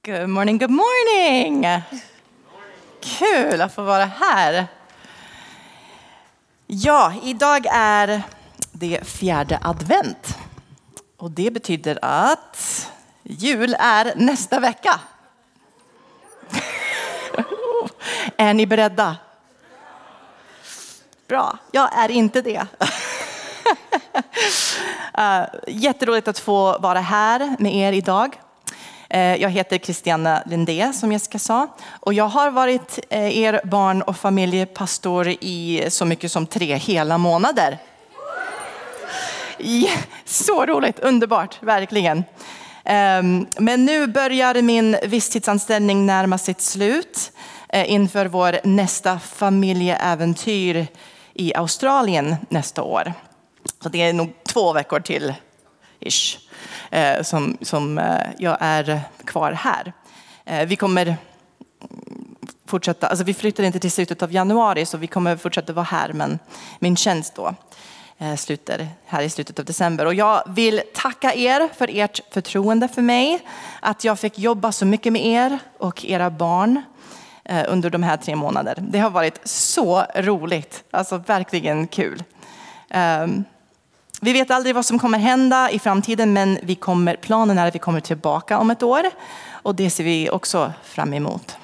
Good morning, good morning! Kul att få vara här. Ja, idag är det 4:e advent. Och det betyder att jul är nästa vecka. Är ni beredda? Bra, jag är inte det. Jätteroligt att få vara här med er idag. Jag heter Christiana Lindé som Jessica sa. Och jag har varit er barn- och familjepastor i så mycket som 3 hela månader. Så roligt, underbart, verkligen. Men nu börjar min visstidsanställning närma sitt slut inför vår nästa familjeäventyr i Australien nästa år. Så det är nog 2 veckor till ish. Som jag är kvar här. Vi kommer fortsätta, alltså vi flyttar inte till slutet av januari så vi kommer fortsätta vara här, men min tjänst då slutar här i slutet av december. Och jag vill tacka er för ert förtroende för mig, att jag fick jobba så mycket med er och era barn under de här 3 månader. Det har varit så roligt, alltså verkligen kul. Vi vet aldrig vad som kommer hända i framtiden, men planen är att vi kommer tillbaka om ett år. Och det ser vi också fram emot.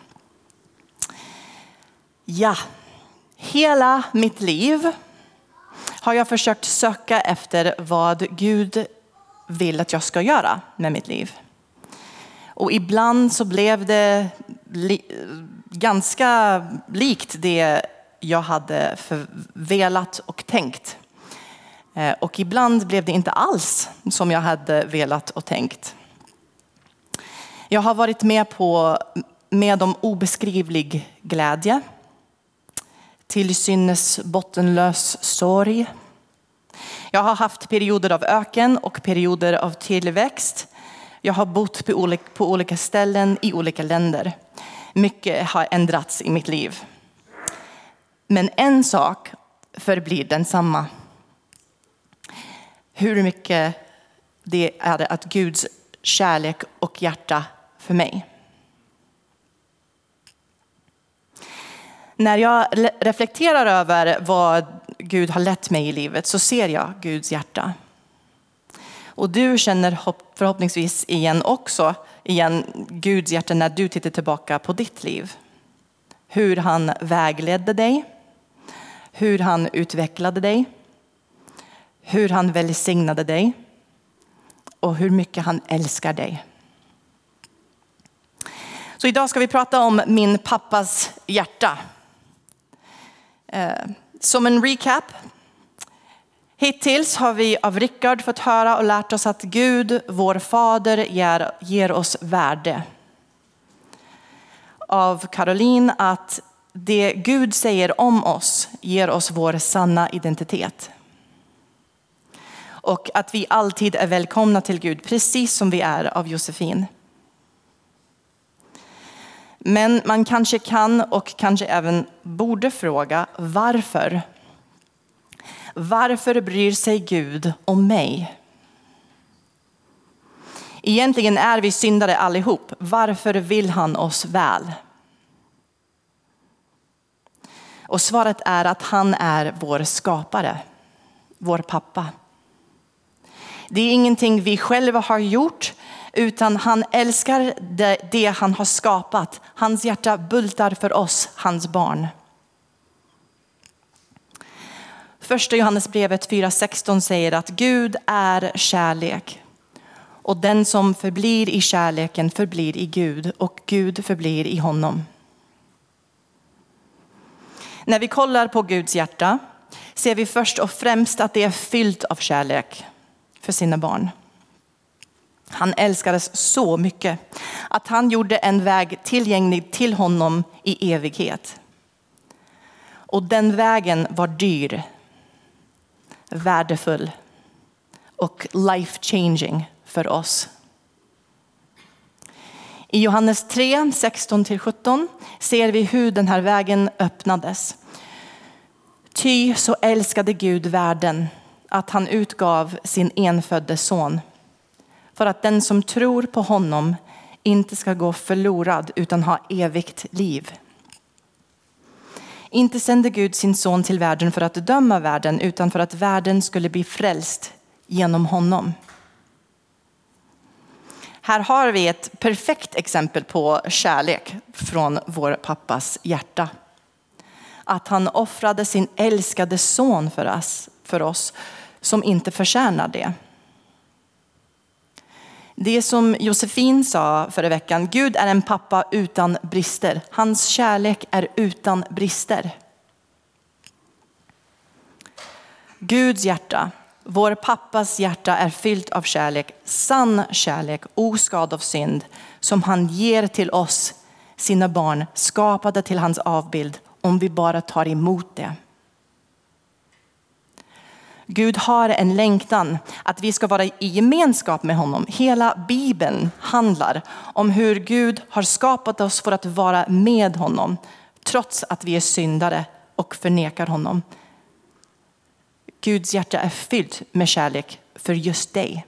Ja, hela mitt liv har jag försökt söka efter vad Gud vill att jag ska göra med mitt liv. Och ibland så blev det ganska likt det jag hade velat och tänkt. Och ibland blev det inte alls som jag hade velat och tänkt. Jag har varit med om obeskrivlig glädje, till synes bottenlös sorg. Jag har haft perioder av öken och perioder av tillväxt. Jag har bott på olika ställen i olika länder. Mycket har ändrats i mitt liv. Men en sak förblir densamma. Hur mycket det är att Guds kärlek och hjärta för mig. När jag reflekterar över vad Gud har lett mig i livet så ser jag Guds hjärta. Och du känner förhoppningsvis igen Guds hjärta när du tittar tillbaka på ditt liv. Hur han vägledde dig. Hur han utvecklade dig. Hur han välsignade dig och hur mycket han älskar dig. Så idag ska vi prata om min pappas hjärta. Som en recap. Hittills har vi av Rickard fått höra och lärt oss att Gud, vår fader, ger oss värde. Av Caroline att det Gud säger om oss ger oss vår sanna identitet. Och att vi alltid är välkomna till Gud, precis som vi är av Josefin. Men man kanske kan och kanske även borde fråga varför. Varför bryr sig Gud om mig? Egentligen är vi syndare allihop. Varför vill han oss väl? Och svaret är att han är vår skapare, vår pappa. Det är ingenting vi själva har gjort, utan han älskar det han har skapat. Hans hjärta bultar för oss, hans barn. 1 Johannesbrevet 4:16 säger att Gud är kärlek. Och den som förblir i kärleken förblir i Gud och Gud förblir i honom. När vi kollar på Guds hjärta ser vi först och främst att det är fyllt av kärlek för sina barn. Han älskades så mycket att han gjorde en väg tillgänglig till honom i evighet. Och den vägen var dyr, värdefull och life-changing för oss. I Johannes 3:16-17 ser vi hur den här vägen öppnades. Ty så älskade Gud världen att han utgav sin enfödde son. För att den som tror på honom inte ska gå förlorad utan ha evigt liv. Inte sände Gud sin son till världen för att döma världen utan för att världen skulle bli frälst genom honom. Här har vi ett perfekt exempel på kärlek från vår pappas hjärta. Att han offrade sin älskade son för oss som inte förtjänar det. Det som Josefin sa förra veckan, Gud är en pappa utan brister. Hans kärlek är utan brister. Guds hjärta, vår pappas hjärta är fyllt av kärlek, sann kärlek, oskad av synd, som han ger till oss, sina barn, skapade till hans avbild, om vi bara tar emot det. Gud har en längtan att vi ska vara i gemenskap med honom. Hela Bibeln handlar om hur Gud har skapat oss för att vara med honom, trots att vi är syndare och förnekar honom. Guds hjärta är fyllt med kärlek för just dig.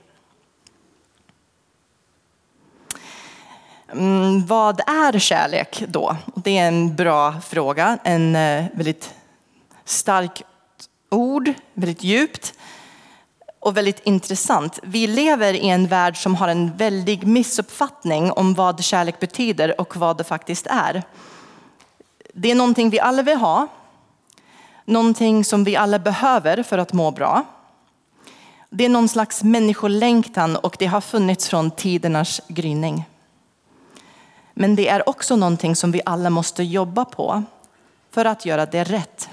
Vad är kärlek då? Det är en bra fråga. En väldigt stark ord, väldigt djupt och väldigt intressant. Vi lever i en värld som har en väldig missuppfattning om vad kärlek betyder och vad det faktiskt är. Det är någonting vi alla vill ha. Någonting som vi alla behöver för att må bra. Det är någon slags människolängtan och det har funnits från tidernas gryning. Men det är också någonting som vi alla måste jobba på för att göra det rätt.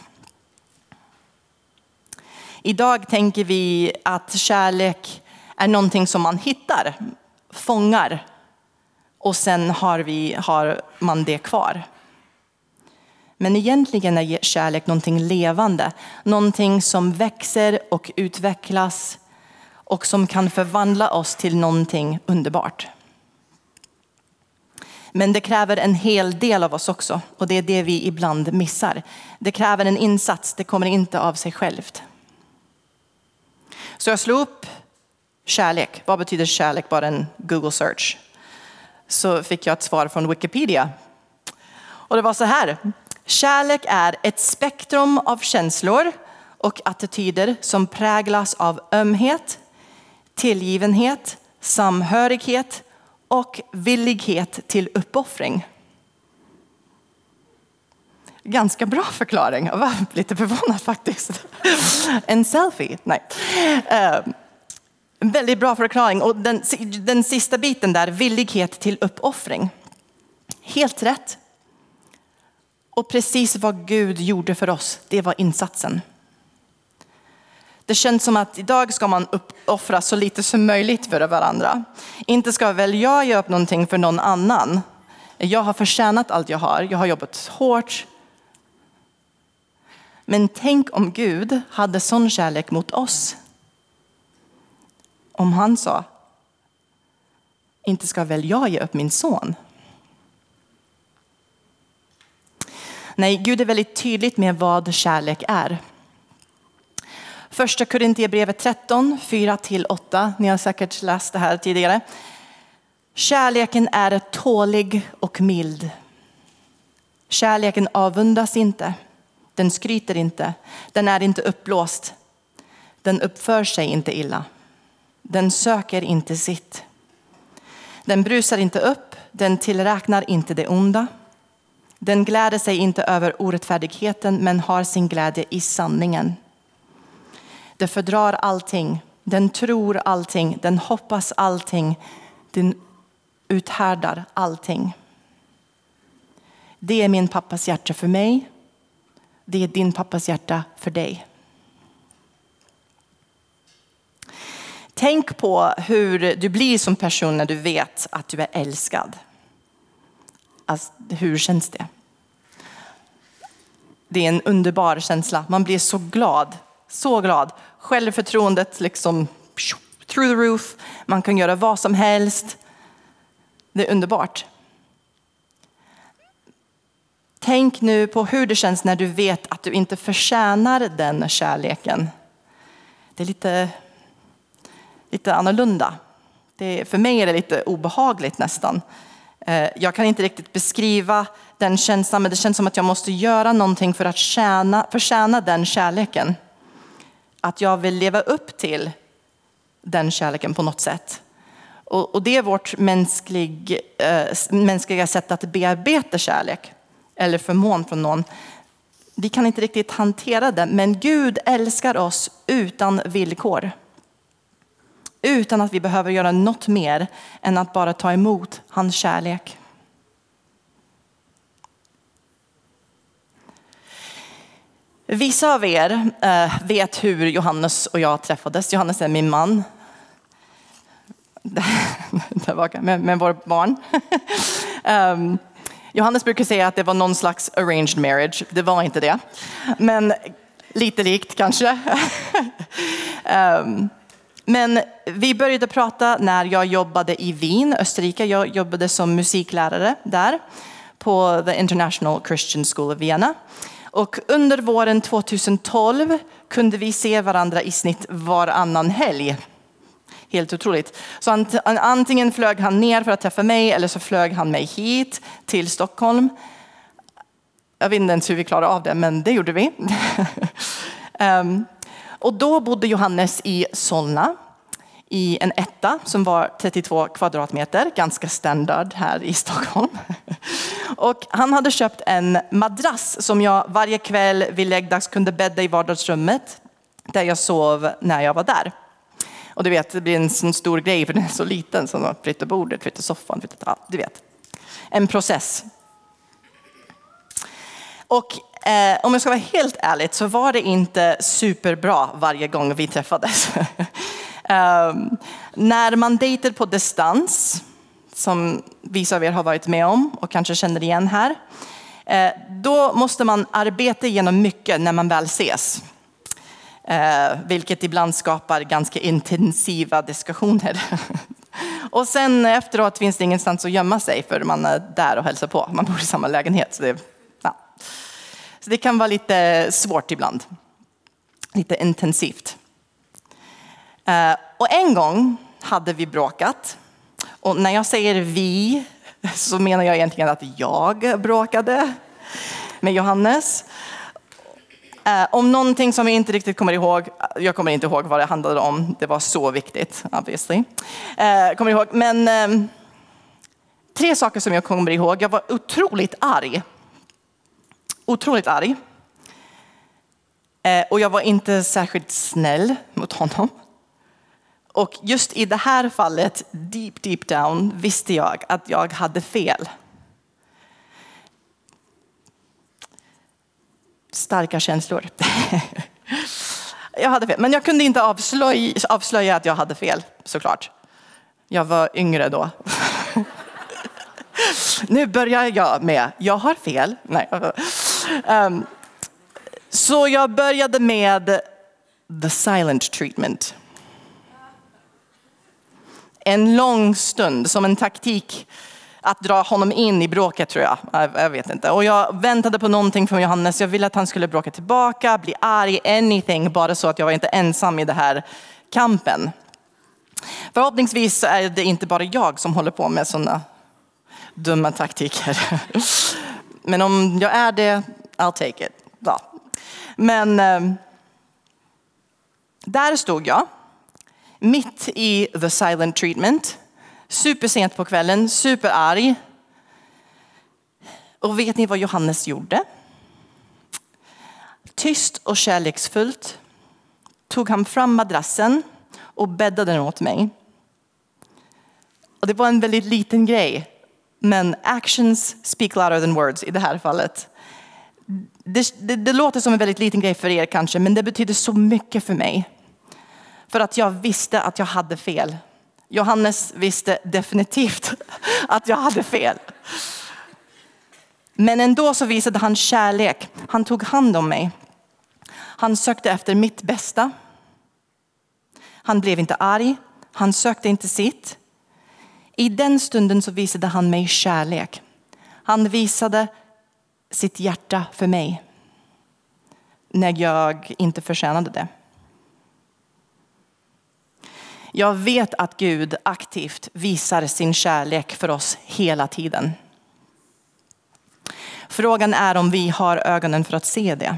Idag tänker vi att kärlek är någonting som man hittar, fångar och sen har man det kvar. Men egentligen är kärlek någonting levande, någonting som växer och utvecklas och som kan förvandla oss till någonting underbart. Men det kräver en hel del av oss också och det är det vi ibland missar. Det kräver en insats, det kommer inte av sig självt. Så jag slog upp kärlek. Vad betyder kärlek? Bara en Google search. Så fick jag ett svar från Wikipedia. Och det var så här. Kärlek är ett spektrum av känslor och attityder som präglas av ömhet, tillgivenhet, samhörighet och villighet till uppoffring. Ganska bra förklaring. Jag var lite förvånad faktiskt. En selfie? Nej. En väldigt bra förklaring. Och den sista biten där, villighet till uppoffring. Helt rätt. Och precis vad Gud gjorde för oss, det var insatsen. Det känns som att idag ska man uppoffra så lite som möjligt för varandra. Inte ska väl jag göra upp någonting för någon annan. Jag har förtjänat allt jag har jobbat hårt. Men tänk om Gud hade sån kärlek mot oss. Om han sa, inte ska väl jag ge upp min son. Nej, Gud är väldigt tydligt med vad kärlek är. Första Korinthierbrevet 13, 4-8. Ni har säkert läst det här tidigare. Kärleken är tålig och mild. Kärleken avundas inte. Den skryter inte. Den är inte uppblåst. Den uppför sig inte illa. Den söker inte sitt. Den brusar inte upp. Den tillräknar inte det onda. Den gläder sig inte över orättfärdigheten men har sin glädje i sanningen. Den fördrar allting. Den tror allting. Den hoppas allting. Den uthärdar allting. Det är min pappas hjärta för mig. Det är din pappas hjärta för dig. Tänk på hur du blir som person när du vet att du är älskad. Alltså, hur känns det? Det är en underbar känsla. Man blir så glad. Så glad. Självförtroendet liksom through the roof. Man kan göra vad som helst. Det är underbart. Tänk nu på hur det känns när du vet att du inte förtjänar den kärleken. Det är lite annorlunda. För mig är det lite obehagligt nästan. Jag kan inte riktigt beskriva den känslan, men det känns som att jag måste göra någonting för att förtjäna den kärleken. Att jag vill leva upp till den kärleken på något sätt. Och det är vårt mänskliga sätt att bearbeta kärlek. Eller förmån från någon. Vi kan inte riktigt hantera det, men Gud älskar oss utan villkor. Utan att vi behöver göra något mer än att bara ta emot hans kärlek. Vissa av er vet hur Johannes och jag träffades. Johannes är min man. Med vårt barn. Johannes brukar säga att det var någon slags arranged marriage. Det var inte det. Men lite likt kanske. Men vi började prata när jag jobbade i Wien, Österrike. Jag jobbade som musiklärare där på The International Christian School of Vienna. Och under våren 2012 kunde vi se varandra i snitt varannan helg. Helt otroligt. Så antingen flög han ner för att träffa mig eller så flög han mig hit till Stockholm. Jag vet inte ens hur vi klarade av det, men det gjorde vi. Och då bodde Johannes i Solna i en etta som var 32 kvadratmeter, ganska standard här i Stockholm. Och han hade köpt en madrass som jag varje kväll vid läggdags kunde bädda i vardagsrummet där jag sov när jag var där. Och du vet, det blir en sån stor grej för den är så liten som att flytta bordet, flytta soffan, flytta allt, du vet. En process. Och om jag ska vara helt ärlig så var det inte superbra varje gång vi träffades. När man dejtar på distans, som vissa av er har varit med om och kanske känner igen här, då måste man arbeta igenom mycket när man väl ses. Vilket ibland skapar ganska intensiva diskussioner. Och sen efteråt finns det ingenstans att gömma sig för man är där och hälsar på. Man bor i samma lägenhet. Så det kan vara lite svårt ibland. Lite intensivt. Och en gång hade vi bråkat. Och när jag säger vi så menar jag egentligen att jag bråkade med Johannes. Om någonting som jag inte riktigt kommer ihåg. Jag kommer inte ihåg vad det handlade om. Det var så viktigt, obviously. Kommer ihåg. Men 3 saker som jag kommer ihåg. Jag var otroligt arg. Otroligt arg. Och jag var inte särskilt snäll mot honom. Och just i det här fallet, deep down, visste jag att jag hade fel. Starka känslor. Jag hade fel. Men jag kunde inte avslöja att jag hade fel, såklart. Jag var yngre då. Nu börjar jag med, jag har fel. Nej. Så jag började med the silent treatment. En lång stund som en taktik att dra honom in i bråket, tror jag. Jag vet inte. Och jag väntade på någonting från Johannes. Jag ville att han skulle bråka tillbaka, bli arg, anything. Bara så att jag var inte ensam i det här kampen. Förhoppningsvis är det inte bara jag som håller på med sådana dumma taktiker. Men om jag är det, I'll take it. Ja. Men där stod jag. Mitt i the silent treatment. Supersent på kvällen, superarg. Och vet ni vad Johannes gjorde? Tyst och kärleksfullt tog han fram madrassen och bäddade den åt mig. Och det var en väldigt liten grej. Men actions speak louder than words i det här fallet. Det låter som en väldigt liten grej för er kanske, men det betyder så mycket för mig. För att jag visste att jag hade fel. Johannes visste definitivt att jag hade fel. Men ändå så visade han kärlek. Han tog hand om mig. Han sökte efter mitt bästa. Han blev inte arg. Han sökte inte sitt. I den stunden så visade han mig kärlek. Han visade sitt hjärta för mig. När jag inte förtjänade det. Jag vet att Gud aktivt visar sin kärlek för oss hela tiden. Frågan är om vi har ögonen för att se det.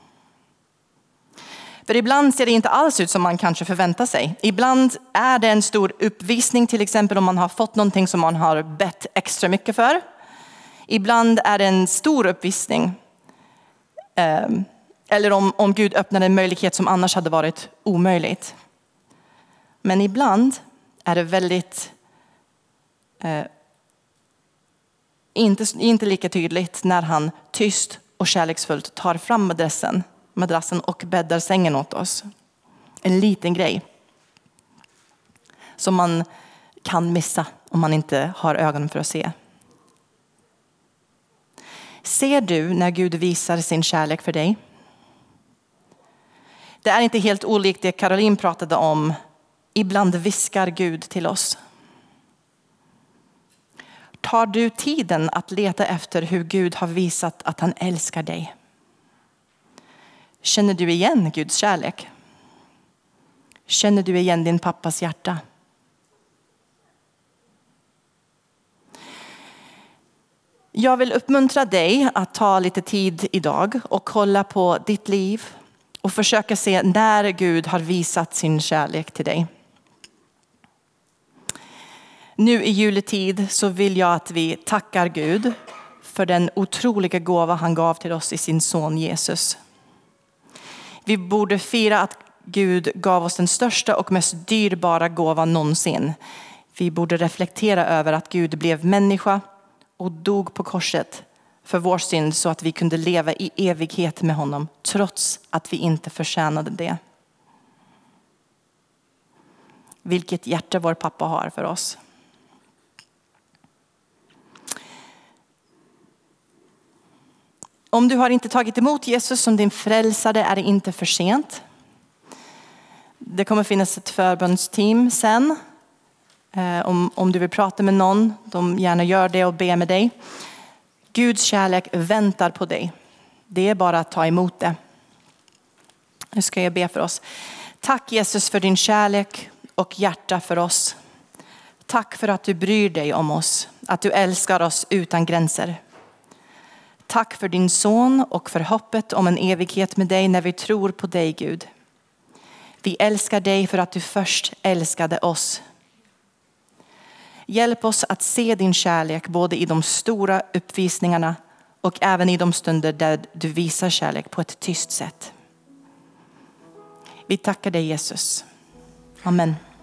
För ibland ser det inte alls ut som man kanske förväntar sig. Ibland är det en stor uppvisning, till exempel om man har fått någonting som man har bett extra mycket för. Ibland är det en stor uppvisning. Eller om Gud öppnar en möjlighet som annars hade varit omöjligt. Men ibland är det väldigt inte lika tydligt när han tyst och kärleksfullt tar fram madrassen och bäddar sängen åt oss. En liten grej som man kan missa om man inte har ögonen för att se. Ser du när Gud visar sin kärlek för dig? Det är inte helt olikt det Caroline pratade om. Ibland viskar Gud till oss. Tar du tiden att leta efter hur Gud har visat att han älskar dig? Känner du igen Guds kärlek? Känner du igen din pappas hjärta? Jag vill uppmuntra dig att ta lite tid idag och kolla på ditt liv och försöka se när Gud har visat sin kärlek till dig. Nu i juletid så vill jag att vi tackar Gud för den otroliga gåva han gav till oss i sin son Jesus. Vi borde fira att Gud gav oss den största och mest dyrbara gåvan någonsin. Vi borde reflektera över att Gud blev människa och dog på korset för vår synd så att vi kunde leva i evighet med honom trots att vi inte förtjänade det. Vilket hjärta vår pappa har för oss. Om du har inte tagit emot Jesus som din frälsare är det inte för sent. Det kommer finnas ett förbönsteam sen. Om du vill prata med någon, de gärna gör det och be med dig. Guds kärlek väntar på dig. Det är bara att ta emot det. Nu ska jag be för oss. Tack Jesus för din kärlek och hjärta för oss. Tack för att du bryr dig om oss. Att du älskar oss utan gränser. Tack för din son och för hoppet om en evighet med dig när vi tror på dig Gud. Vi älskar dig för att du först älskade oss. Hjälp oss att se din kärlek både i de stora uppvisningarna och även i de stunder där du visar kärlek på ett tyst sätt. Vi tackar dig Jesus. Amen.